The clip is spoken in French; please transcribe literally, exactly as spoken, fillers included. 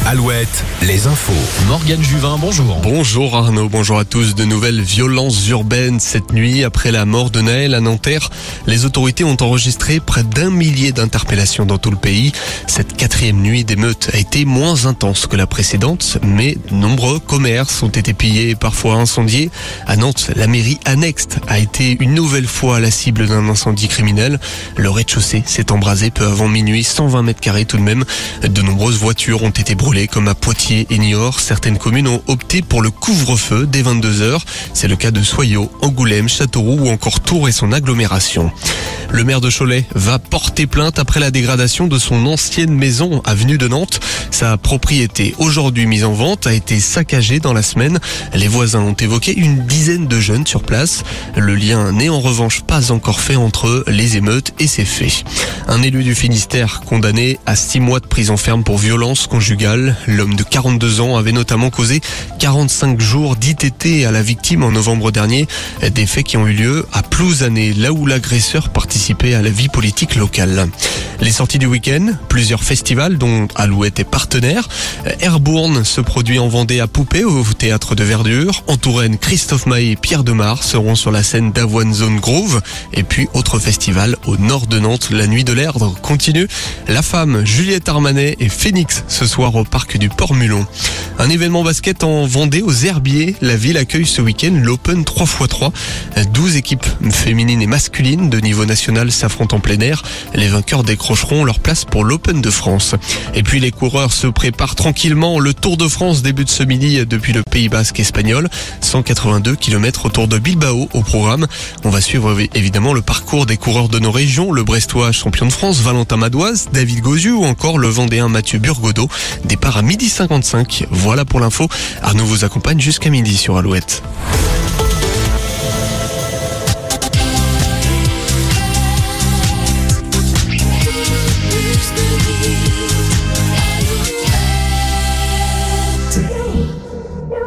Alouette, les infos. Morgane Juvin, bonjour. Bonjour Arnaud, bonjour à tous. De nouvelles violences urbaines cette nuit après la mort de Naël à Nanterre. Les autorités ont enregistré près d'un millier d'interpellations dans tout le pays. Cette quatrième nuit d'émeute a été moins intense que la précédente, mais de nombreux commerces ont été pillés et parfois incendiés. À Nantes, la mairie annexe a été une nouvelle fois la cible d'un incendie criminel. Le rez-de-chaussée s'est embrasé peu avant minuit, cent vingt mètres carrés tout de même. De nombreuses voitures ont été brûlées comme à Poitiers et Niort. Certaines communes ont opté pour le couvre-feu dès vingt-deux heures. C'est le cas de Soyaux, Angoulême, Châteauroux ou encore Tours et son agglomération. Le maire de Cholet va porter plainte après la dégradation de son ancienne maison avenue de Nantes. Sa propriété, aujourd'hui mise en vente, a été saccagée dans la semaine. Les voisins ont évoqué une dizaine de jeunes sur place. Le lien n'est en revanche pas encore fait entre les émeutes et ces faits. Un élu du Finistère condamné à six mois de prison ferme pour violence conjugale. L'homme de quarante-deux ans avait notamment causé quarante-cinq jours d'I T T à la victime en novembre dernier. Des faits qui ont eu lieu à Plouzané, là où l'agresseur participait à la vie politique locale. Les sorties du week-end, plusieurs festivals dont Alouette est partenaire. Airbourne se produit en Vendée à Poupée au théâtre de Verdure. En Touraine, Christophe Maé et Pierre Demar seront sur la scène d'Avoine Zone Grove. Et puis, autre festival au nord de Nantes, la Nuit de l'Erdre continue. La Femme, Juliette Armanet et Phoenix ce soir au parc du Port-Mulon. Un événement basket en Vendée aux Herbiers. La ville accueille ce week-end l'Open trois par trois. douze équipes féminines et masculines de niveau national s'affrontent en plein air. Les vainqueurs décrocheront leur place pour l'Open de France. Et puis les coureurs se préparent tranquillement. Le Tour de France débute ce midi depuis le Pays Basque espagnol. cent quatre-vingt-deux kilomètres autour de Bilbao au programme. On va suivre évidemment le parcours des coureurs de nos régions. Le Brestois champion de France, Valentin Madoise, David Gauzieu ou encore le Vendéen Mathieu Burgodeau. Départ à midi cinquante-cinq. Voilà pour l'info. Arnaud vous accompagne jusqu'à midi sur Alouette.